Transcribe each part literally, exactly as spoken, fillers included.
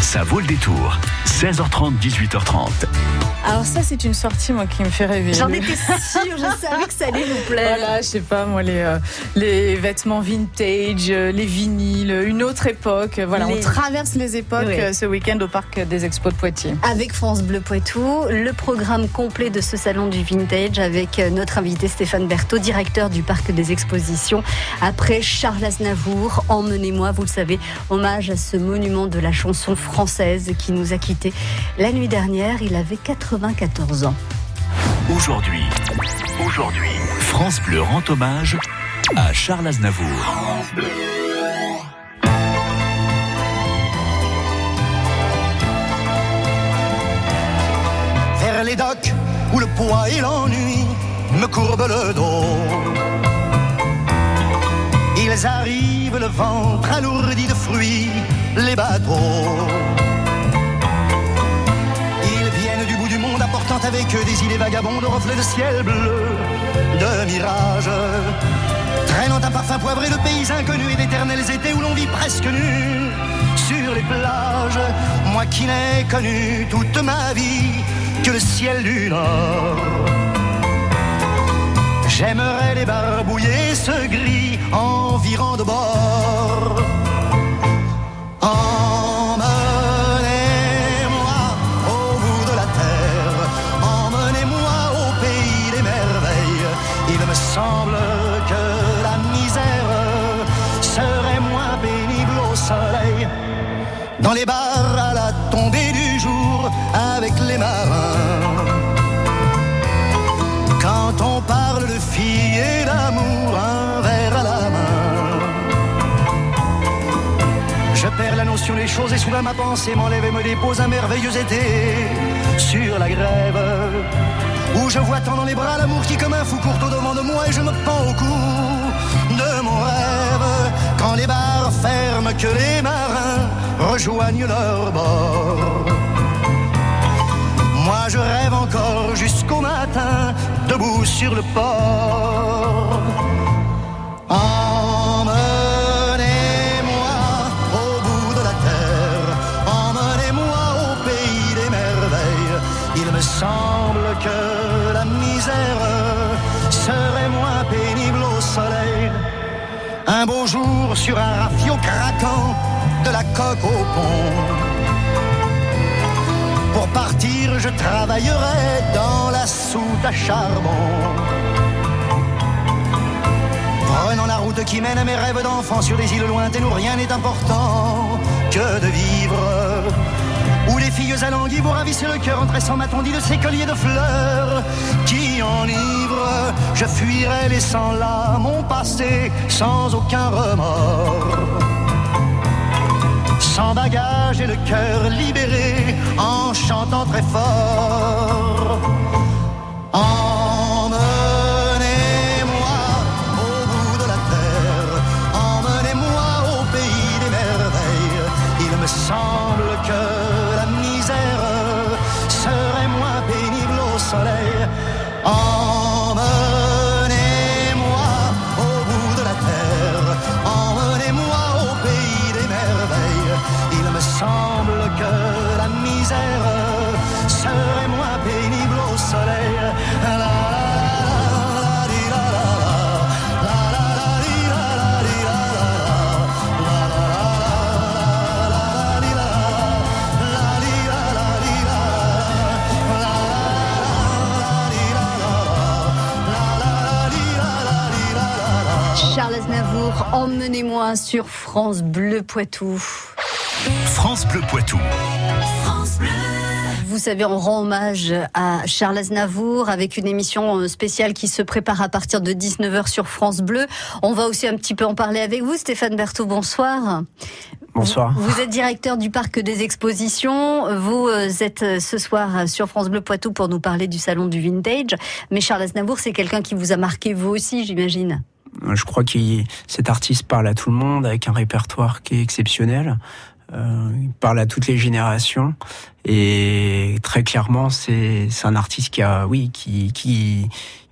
Ça vaut le détour. seize heures trente, dix-huit heures trente. Alors ça, c'est une sortie, moi, qui me fait rêver. J'en étais sûre, je savais que ça allait vous plaire. Voilà, je sais pas, moi, les, euh, les vêtements vintage, euh, les vinyles, une autre époque. Voilà, les... on traverse les époques oui. euh, ce week-end au Parc des Expos de Poitiers. Avec France Bleu Poitou, le programme complet de ce salon du vintage avec notre invité Stéphane Berthaud, directeur du Parc des Expositions. Après Charles Aznavour, Emmenez-moi, vous le savez, hommage à ce monument de la chanson française qui nous a quittés la nuit dernière. Il avait quatre-vingt-quatorze ans. Aujourd'hui, aujourd'hui, France Bleu rend hommage à Charles Aznavour. Vers les docks où le poids et l'ennui me courbent le dos. Ils arrivent le ventre alourdi de fruits, les bateaux. Apportant avec eux des idées vagabondes, de reflets de ciel bleu, de mirages, traînant un parfum poivré de pays inconnus et d'éternels étés où l'on vit presque nu sur les plages. Moi qui n'ai connu toute ma vie que le ciel du Nord, j'aimerais débarbouiller ce gris environ de bord. Semble que la misère serait moins pénible au soleil, dans les bars à la tombée du jour avec les marins. Quand on parle de filles et d'amour, un verre à la main, je perds la notion des choses et soudain ma pensée m'enlève et me dépose un merveilleux été sur la grève, où je vois tant dans les bras l'amour qui comme un fou court au devant de moi et je me pends au cou de mon rêve. Quand les bars ferment, que les marins rejoignent leur bord, moi je rêve encore jusqu'au matin, debout sur le port. Emmenez-moi au bout de la terre, emmenez-moi au pays des merveilles. Il me semble que la misère serait moins pénible au soleil. Un beau jour sur un rafio craquant, de la coque au pont. Pour partir, je travaillerai dans la soute à charbon, prenant la route qui mène à mes rêves d'enfant sur des îles lointaines où rien n'est important que de vivre, où les filles alanguies vous ravissent le cœur en tressant ma tondie de ces colliers de fleurs qui enivrent. Je fuirai laissant là mon passé sans aucun remords, sans bagage et le cœur libéré en chantant très fort. Emmenez-moi au bout de la terre, emmenez-moi au pays des merveilles. Il me semble que la misère serait moins pénible au soleil. Emmenez-moi au bout de la terre, emmenez-moi au pays des merveilles. Il me semble que la misère serait moins pénible au soleil. La, la, Charles Aznavour, emmenez-moi sur France Bleu Poitou. France Bleu Poitou. France Bleu. Vous savez, on rend hommage à Charles Aznavour avec une émission spéciale qui se prépare à partir de dix-neuf heures sur France Bleu. On va aussi un petit peu en parler avec vous. Stéphane Berthaud, bonsoir. Bonsoir. Vous, vous êtes directeur du Parc des Expositions. Vous êtes ce soir sur France Bleu Poitou pour nous parler du salon du vintage. Mais Charles Aznavour, c'est quelqu'un qui vous a marqué vous aussi, j'imagine. Je crois que cet artiste parle à tout le monde avec un répertoire qui est exceptionnel. Euh, il parle à toutes les générations et très clairement c'est c'est un artiste qui a oui qui qui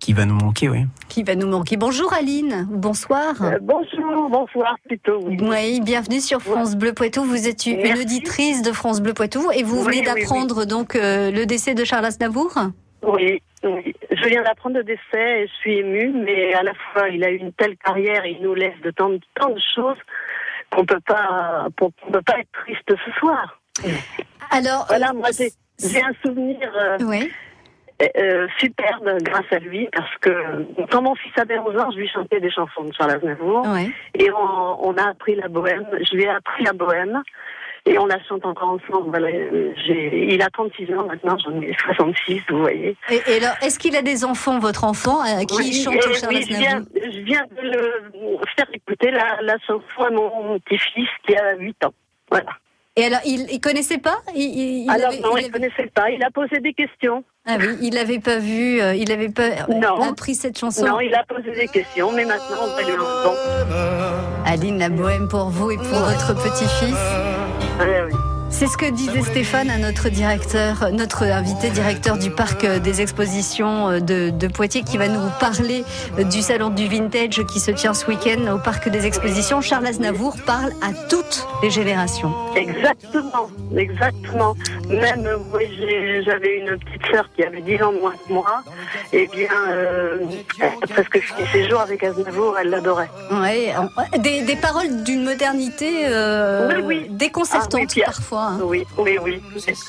qui va nous manquer, oui. Qui va nous manquer. Bonjour Aline, bonsoir. Euh, bonjour, bonsoir plutôt. Oui, oui bienvenue sur France Bleu Poitou. Vous êtes une Merci. auditrice de France Bleu Poitou et vous oui, venez d'apprendre oui, oui. donc euh, le décès de Charles Aznavour. Oui, oui, je viens d'apprendre le décès et je suis émue, mais à la fois il a eu une telle carrière, il nous laisse de tant, de, tant de choses qu'on peut pas, qu'on peut pas être triste ce soir. Alors, voilà, moi j'ai, j'ai un souvenir. Euh, oui. Euh, superbe grâce à lui, parce que quand mon fils avait onze ans, je lui chantais des chansons de Charles Aznavour, ouais. et on, on a appris la bohème, je lui ai appris la bohème, et on la chante encore ensemble. Voilà, j'ai, il a trente-six ans maintenant, j'en ai soixante-six, vous voyez. Et, et alors, est-ce qu'il a des enfants, votre enfant, à qui oui, il chante et, Charles oui, Aznavour? je viens, je viens de le faire écouter la, la chanson à mon, mon petit-fils qui a huit ans, voilà. Et alors, il ne connaissait pas il, il, Alors avait, non, il ne avait... connaissait pas, il a posé des questions. Ah oui, il n'avait pas vu, euh, il n'avait pas non. appris cette chanson. Non, il a posé des questions, mais maintenant on va lui en bon. Aline, la bohème pour vous et pour votre petit-fils. Oui, oui. C'est ce que disait Stéphane à notre directeur, notre invité directeur du parc des expositions de, de Poitiers, qui va nous parler du salon du vintage qui se tient ce week-end au parc des expositions. Charles Aznavour parle à toutes les générations. Exactement, exactement. Même moi, j'ai, j'avais une petite sœur qui avait dix ans moins que moi. Eh bien, euh, elle a presque fini ses jours avec Aznavour, elle l'adorait. Oui, des, des paroles d'une modernité euh, oui, oui. déconcertante ah, oui, Pierre. Parfois. Hein. Oui, oui, oui.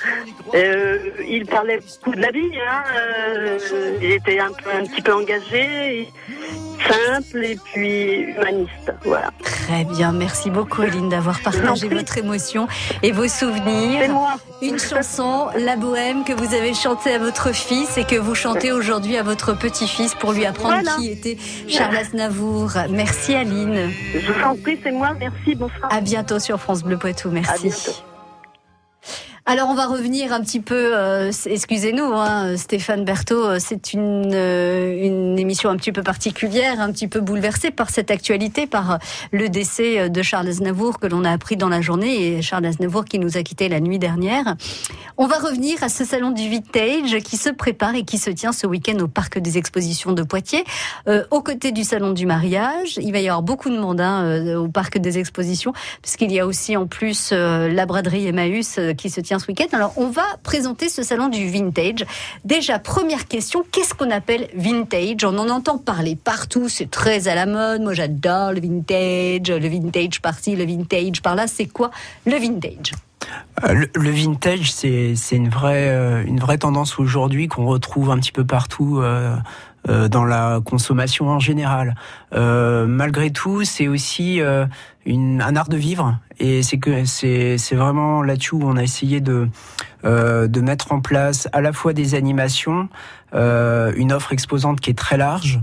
Euh, il parlait beaucoup de la vie. Hein. Euh, il était un, peu, un petit peu engagé, simple et puis humaniste. Voilà. Très bien. Merci beaucoup, Aline, d'avoir partagé votre émotion et vos souvenirs. C'est moi. Une chanson, La Bohème, que vous avez chantée à votre fils et que vous chantez aujourd'hui à votre petit-fils pour lui apprendre voilà. qui était Charles Aznavour. Merci, Aline. Je vous en prie, c'est moi. Merci, bonsoir. À bientôt sur France Bleu Poitou. Merci. À bientôt. Alors on va revenir un petit peu, euh, excusez-nous hein, Stéphane Berthaud, c'est une, euh, une émission un petit peu particulière, un petit peu bouleversée par cette actualité, par le décès de Charles Aznavour que l'on a appris dans la journée, et Charles Aznavour qui nous a quittés la nuit dernière. On va revenir à ce salon du vintage qui se prépare et qui se tient ce week-end au parc des expositions de Poitiers, euh, aux côtés du salon du mariage. Il va y avoir beaucoup de monde hein, euh, au parc des expositions, puisqu'il y a aussi en plus euh, la braderie Emmaüs euh, qui se tient ce week-end. Alors, on va présenter ce salon du vintage. Déjà, première question, qu'est-ce qu'on appelle vintage? On en entend parler partout, c'est très à la mode. Moi, j'adore le vintage, le vintage par-ci, le vintage par-là. C'est quoi le vintage? Le, le vintage, c'est, c'est une vraie, euh, une vraie tendance aujourd'hui qu'on retrouve un petit peu partout euh, euh, dans la consommation en général. Euh, malgré tout, c'est aussi euh, une, un art de vivre, et c'est que c'est, c'est vraiment là-dessus où on a essayé de euh, de mettre en place à la fois des animations, euh, une offre exposante qui est très large.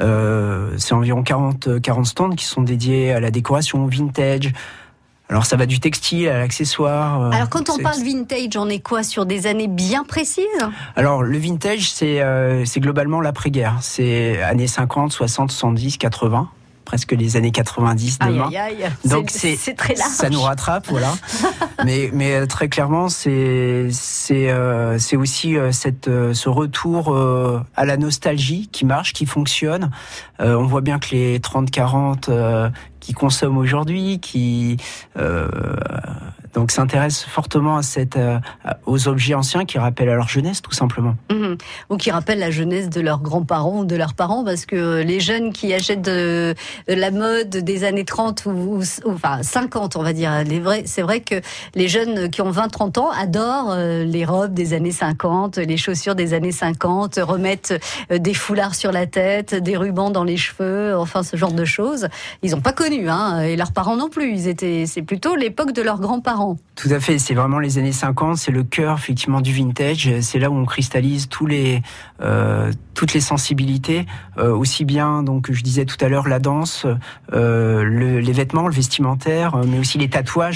Euh, c'est environ quarante, quarante stands qui sont dédiés à la décoration vintage. Alors ça va du textile à l'accessoire. Alors quand on c'est... parle vintage, on est quoi, sur des années bien précises? Alors le vintage, c'est, euh, c'est globalement l'après-guerre. C'est années cinquante, soixante, soixante-dix, quatre-vingts. Presque les années quatre-vingt-dix demain. Aïe, aïe, aïe. Donc c'est, c'est, c'est très large. Ça nous rattrape, voilà. mais, mais très clairement, c'est, c'est, euh, c'est aussi euh, cette, euh, ce retour euh, à la nostalgie qui marche, qui fonctionne. Euh, on voit bien que les trente quarante euh, qui consomment aujourd'hui, qui euh, donc s'intéressent fortement à cette, euh, aux objets anciens qui rappellent à leur jeunesse, tout simplement. Mmh. Ou qui rappellent la jeunesse de leurs grands-parents ou de leurs parents, parce que les jeunes qui achètent de, de la mode des années trente ou, ou, ou enfin cinquante, on va dire, les vrais, c'est vrai que les jeunes qui ont vingt trente ans adorent les robes des années cinquante, les chaussures des années cinquante, remettent des foulards sur la tête, des rubans dans les cheveux, enfin ce genre de choses. Ils n'ont pas connu, hein, et leurs parents non plus. Ils étaient, c'est plutôt l'époque de leurs grands-parents. Tout à fait, c'est vraiment les années cinquante, c'est le cœur effectivement du vintage, c'est là où on cristallise tous les, euh, toutes les sensibilités, euh, aussi bien, donc je disais tout à l'heure, la danse, euh, le, les vêtements, le vestimentaire, mais aussi les tatouages.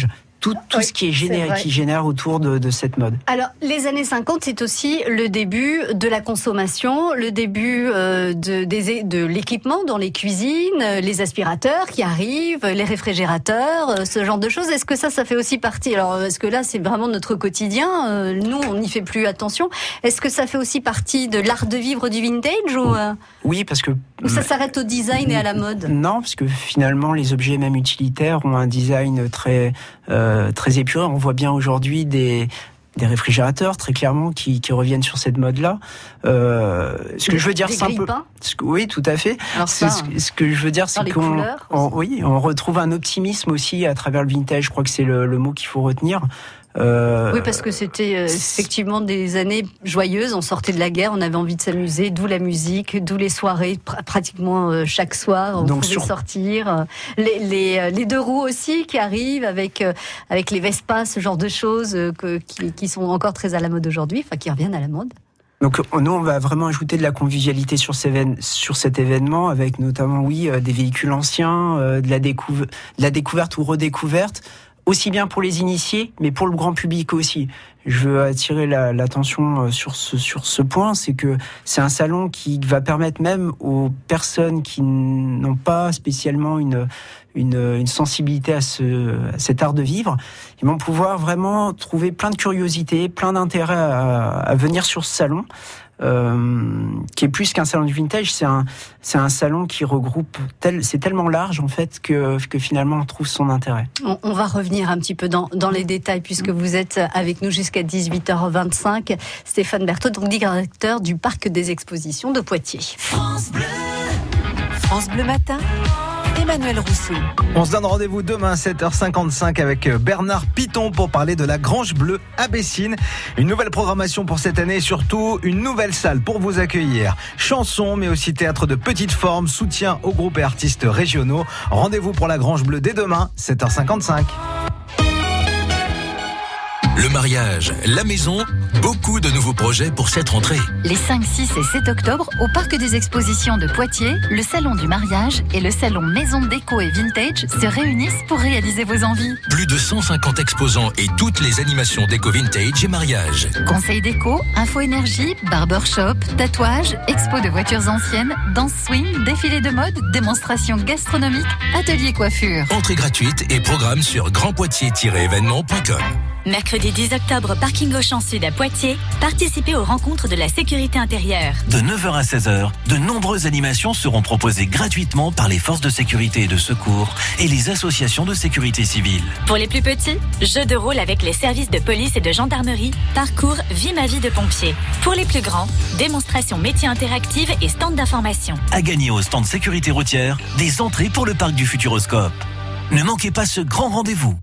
tout, tout oui, ce qui est généré, est qui génère autour de, de cette mode. Alors, les années cinquante, c'est aussi le début de la consommation, le début euh, de, des, de l'équipement dans les cuisines, les aspirateurs qui arrivent, les réfrigérateurs, euh, ce genre de choses. Est-ce que ça, ça fait aussi partie? Alors, est-ce que là, c'est vraiment notre quotidien? euh, Nous, on n'y fait plus attention. Est-ce que ça fait aussi partie de l'art de vivre du vintage ou, euh, Oui, parce que... ou ça s'arrête au design et à la mode? Non, parce que finalement, les objets même utilitaires ont un design très, euh, très épuré. On voit bien aujourd'hui des... des réfrigérateurs, très clairement, qui, qui reviennent sur cette mode-là. Euh, ce que je veux dire, c'est un peu... Oui, tout à fait. Alors ça, ce, ce que je veux dire, c'est qu'on... On, oui, on retrouve un optimisme aussi à travers le vintage. Je crois que c'est le, le mot qu'il faut retenir. Euh, oui, parce que c'était euh, effectivement des années joyeuses. On sortait de la guerre, on avait envie de s'amuser, d'où la musique, d'où les soirées, pr- pratiquement euh, chaque soir, on Donc pouvait sur... sortir. Les, les, les deux roues aussi qui arrivent avec, euh, avec les Vespa, ce genre de choses euh, que, qui, qui sont encore très à la mode aujourd'hui, enfin qui reviennent à la mode. Donc nous, on va vraiment ajouter de la convivialité sur, ces évén- sur cet événement, avec notamment, oui, euh, des véhicules anciens, euh, de, la découv- de la découverte ou redécouverte, aussi bien pour les initiés, mais pour le grand public aussi. Je veux attirer la, l'attention sur ce, sur ce point, c'est que c'est un salon qui va permettre même aux personnes qui n'ont pas spécialement une, une, une sensibilité à, ce, à cet art de vivre, ils vont pouvoir vraiment trouver plein de curiosités, plein d'intérêt à, à venir sur ce salon. Euh, qui est plus qu'un salon du vintage, c'est un, c'est un salon qui regroupe, tel, c'est tellement large en fait que, que finalement on trouve son intérêt. On, on va revenir un petit peu dans, dans les détails puisque vous êtes avec nous jusqu'à dix-huit heures vingt-cinq. Stéphane Berthaud, donc directeur du Parc des Expositions de Poitiers. France Bleu, France Bleu Matin, Emmanuel Rousseau. On se donne rendez-vous demain à sept heures cinquante-cinq avec Bernard Piton pour parler de la Grange Bleue à Bessines. Une nouvelle programmation pour cette année et surtout une nouvelle salle pour vous accueillir. Chansons mais aussi théâtre de petite forme, soutien aux groupes et artistes régionaux. Rendez-vous pour la Grange Bleue dès demain, sept heures cinquante-cinq. Le mariage, la maison, beaucoup de nouveaux projets pour cette rentrée. Les cinq, six et sept octobre, au Parc des Expositions de Poitiers, le Salon du mariage et le Salon Maison Déco et Vintage se réunissent pour réaliser vos envies. Plus de cent cinquante exposants et toutes les animations déco vintage et mariage. Conseil déco, info énergie, barbershop, tatouage, expo de voitures anciennes, danse swing, défilé de mode, démonstration gastronomique, atelier coiffure. Entrée gratuite et programme sur grand poitiers tiret événement point com. Mercredi dix octobre, parking Auchan Sud à Poitiers, participez aux rencontres de la sécurité intérieure. De neuf heures à seize heures, de nombreuses animations seront proposées gratuitement par les forces de sécurité et de secours et les associations de sécurité civile. Pour les plus petits, jeux de rôle avec les services de police et de gendarmerie, parcours Vie ma vie de pompier. Pour les plus grands, démonstrations métiers interactives et stands d'information. À gagner au stand sécurité routière, des entrées pour le parc du Futuroscope. Ne manquez pas ce grand rendez-vous.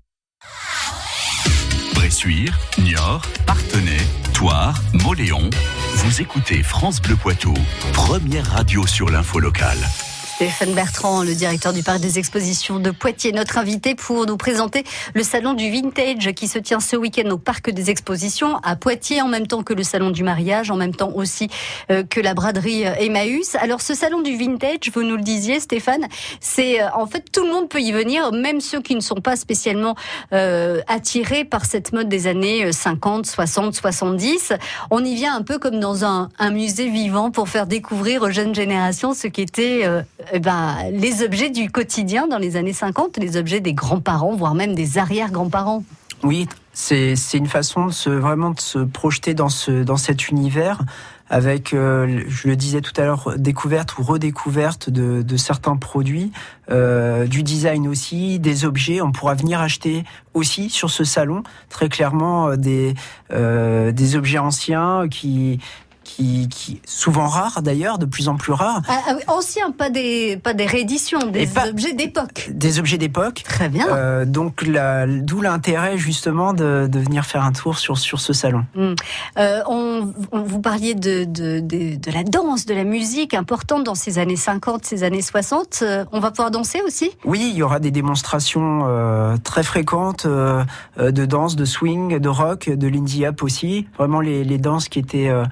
Bressuire, Niort, Parthenay, Thouars, Mauléon. Vous écoutez France Bleu Poitou, première radio sur l'info locale. Stéphane Bertrand, le directeur du Parc des Expositions de Poitiers, notre invité pour nous présenter le salon du vintage qui se tient ce week-end au Parc des Expositions à Poitiers, en même temps que le salon du mariage, en même temps aussi euh, que la braderie Emmaüs. Alors ce salon du vintage, vous nous le disiez Stéphane, c'est euh, en fait tout le monde peut y venir, même ceux qui ne sont pas spécialement euh, attirés par cette mode des années cinquante, soixante, soixante-dix. On y vient un peu comme dans un, un musée vivant pour faire découvrir aux jeunes générations ce qu'étaient euh, Eh ben, les objets du quotidien dans les années cinquante, les objets des grands-parents, voire même des arrière-grands-parents. Oui, c'est, c'est une façon de se, vraiment de se projeter dans, ce, dans cet univers avec, euh, je le disais tout à l'heure, découverte ou redécouverte de, de certains produits, euh, du design aussi, des objets. On pourra venir acheter aussi sur ce salon, très clairement, des, euh, des objets anciens qui... Qui, qui souvent rares d'ailleurs, de plus en plus rares. Ah, ah, anciens, pas des pas des rééditions, des pas, objets d'époque. Des objets d'époque. Très bien. Euh, donc la, d'où l'intérêt justement de, de venir faire un tour sur sur ce salon. Mmh. Euh, on, on vous parliez de, de de de la danse, de la musique importante dans ces années cinquante, ces années soixante. Euh, on va pouvoir danser aussi ? Oui, il y aura des démonstrations euh, très fréquentes euh, de danse, de swing, de rock, de Lindy Hop aussi. Vraiment les les danses qui étaient euh,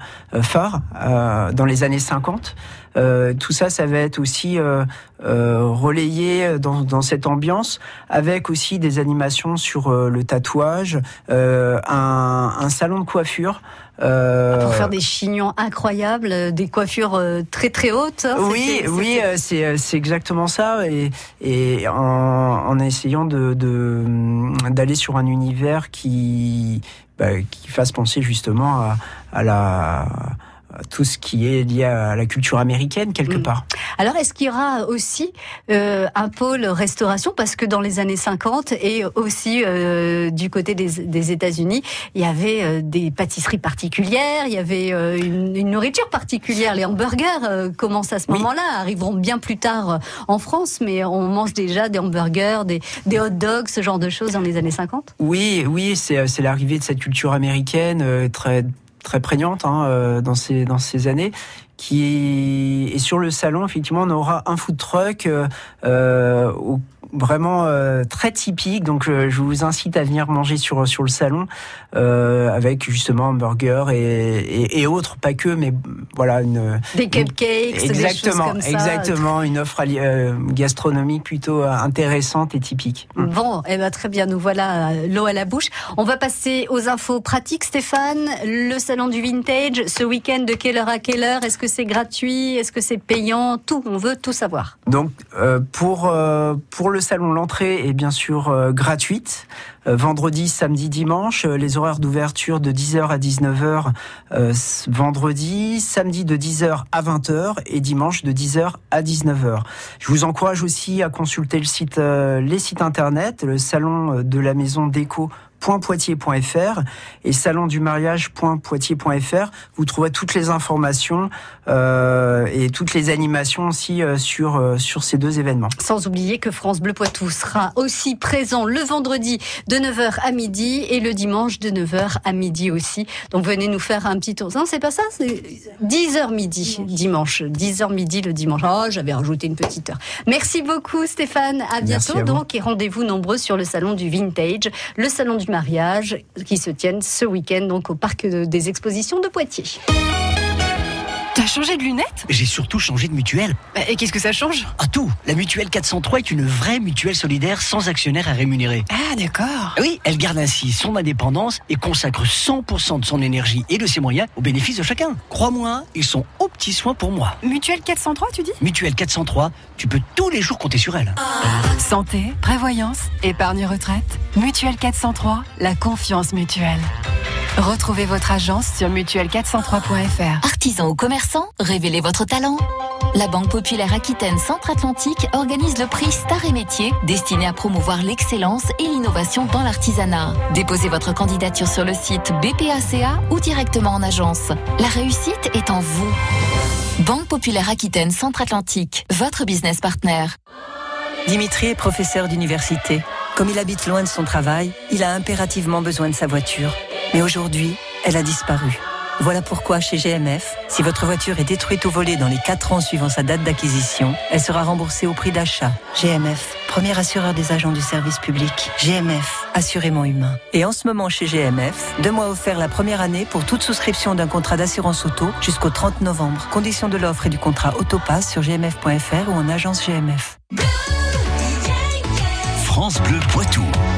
phare euh, dans les années cinquante. Euh, tout ça, ça va être aussi euh, euh, relayé dans, dans cette ambiance, avec aussi des animations sur euh, le tatouage, euh, un, un salon de coiffure. Euh... Pour faire des chignons incroyables, des coiffures très très hautes. Hein, oui, c'était, oui, c'était... c'est c'est exactement ça, et et en, en essayant de, de d'aller sur un univers qui bah, qui fasse penser justement à, à la tout ce qui est lié à la culture américaine quelque mmh. part. Alors, est-ce qu'il y aura aussi euh, un pôle restauration, parce que dans les années cinquante et aussi euh, du côté des, des États-Unis, il y avait euh, des pâtisseries particulières, il y avait euh, une, une nourriture particulière. Les hamburgers euh, commencent à ce oui. moment-là, arriveront bien plus tard en France, mais on mange déjà des hamburgers, des, des hot dogs, ce genre de choses dans les années cinquante. Oui, oui, c'est c'est l'arrivée de cette culture américaine euh, très très prégnante hein, euh, dans ces dans ces années, qui est... et sur le salon effectivement on aura un food truck euh, euh, au... vraiment euh, très typique, donc euh, je vous incite à venir manger sur sur le salon euh, avec justement un burger et, et, et autres, pas que, mais voilà une des cupcakes, une... exactement, des choses comme ça. Exactement, une offre euh, gastronomique plutôt intéressante et typique. Bon, et eh ben très bien, nous voilà l'eau à la bouche. On va passer aux infos pratiques, Stéphane. Le salon du vintage, ce week-end, de quelle heure à quelle heure? Est-ce que c'est gratuit? Est-ce que c'est payant? Tout, on veut tout savoir. Donc euh, pour euh, pour le salon, l'entrée est bien sûr euh, gratuite. Euh, vendredi, samedi, dimanche. Euh, les horaires d'ouverture de dix heures à dix-neuf heures euh, vendredi, samedi de dix heures à vingt heures et dimanche de dix heures à dix-neuf heures. Je vous encourage aussi à consulter le site, euh, les sites internet, le salon de la maison déco point poitiers point f r et salon du mariage point poitiers point f r. Vous trouverez toutes les informations euh, et toutes les animations aussi euh, sur euh, sur ces deux événements. Sans oublier que France Bleu Poitou sera aussi présent le vendredi de neuf heures à midi et le dimanche de neuf heures à midi aussi. Donc venez nous faire un petit tour. Non, c'est pas ça, c'est dix heures midi dimanche, dix heures midi le dimanche. Oh, j'avais rajouté une petite heure. Merci beaucoup Stéphane, à bientôt à donc et rendez-vous nombreux sur le salon du vintage, le salon du mariage qui se tiennent ce week-end donc au parc des expositions de Poitiers. T'as changé de lunettes ? J'ai surtout changé de mutuelle. Et qu'est-ce que ça change ? Ah tout ! La mutuelle quatre cent trois est une vraie mutuelle solidaire sans actionnaire à rémunérer. Ah d'accord. Oui, elle garde ainsi son indépendance et consacre cent pour cent de son énergie et de ses moyens au bénéfice de chacun. Crois-moi, ils sont aux petits soins pour moi. Mutuelle quatre cent trois, tu dis ? Mutuelle quatre cent trois, tu peux tous les jours compter sur elle. Santé, prévoyance, épargne retraite. Mutuelle quatre cent trois, la confiance mutuelle. Retrouvez votre agence sur mutuelle quatre cent trois point f r. Artisans ou commerçants, révélez votre talent. La Banque Populaire Aquitaine Centre-Atlantique organise le prix Star et Métiers, destiné à promouvoir l'excellence et l'innovation dans l'artisanat. Déposez votre candidature sur le site b p a c a ou directement en agence. La réussite est en vous. Banque Populaire Aquitaine Centre-Atlantique, votre business partner. Dimitri est professeur d'université. Comme il habite loin de son travail, il a impérativement besoin de sa voiture. Mais aujourd'hui, elle a disparu. Voilà pourquoi chez G M F, si votre voiture est détruite ou volée dans les quatre ans suivant sa date d'acquisition, elle sera remboursée au prix d'achat. G M F, premier assureur des agents du service public. G M F, assurément humain. Et en ce moment chez G M F, deux mois offerts la première année pour toute souscription d'un contrat d'assurance auto jusqu'au trente novembre. Conditions de l'offre et du contrat Autopass sur g m f point f r ou en agence G M F. France Bleu Poitou.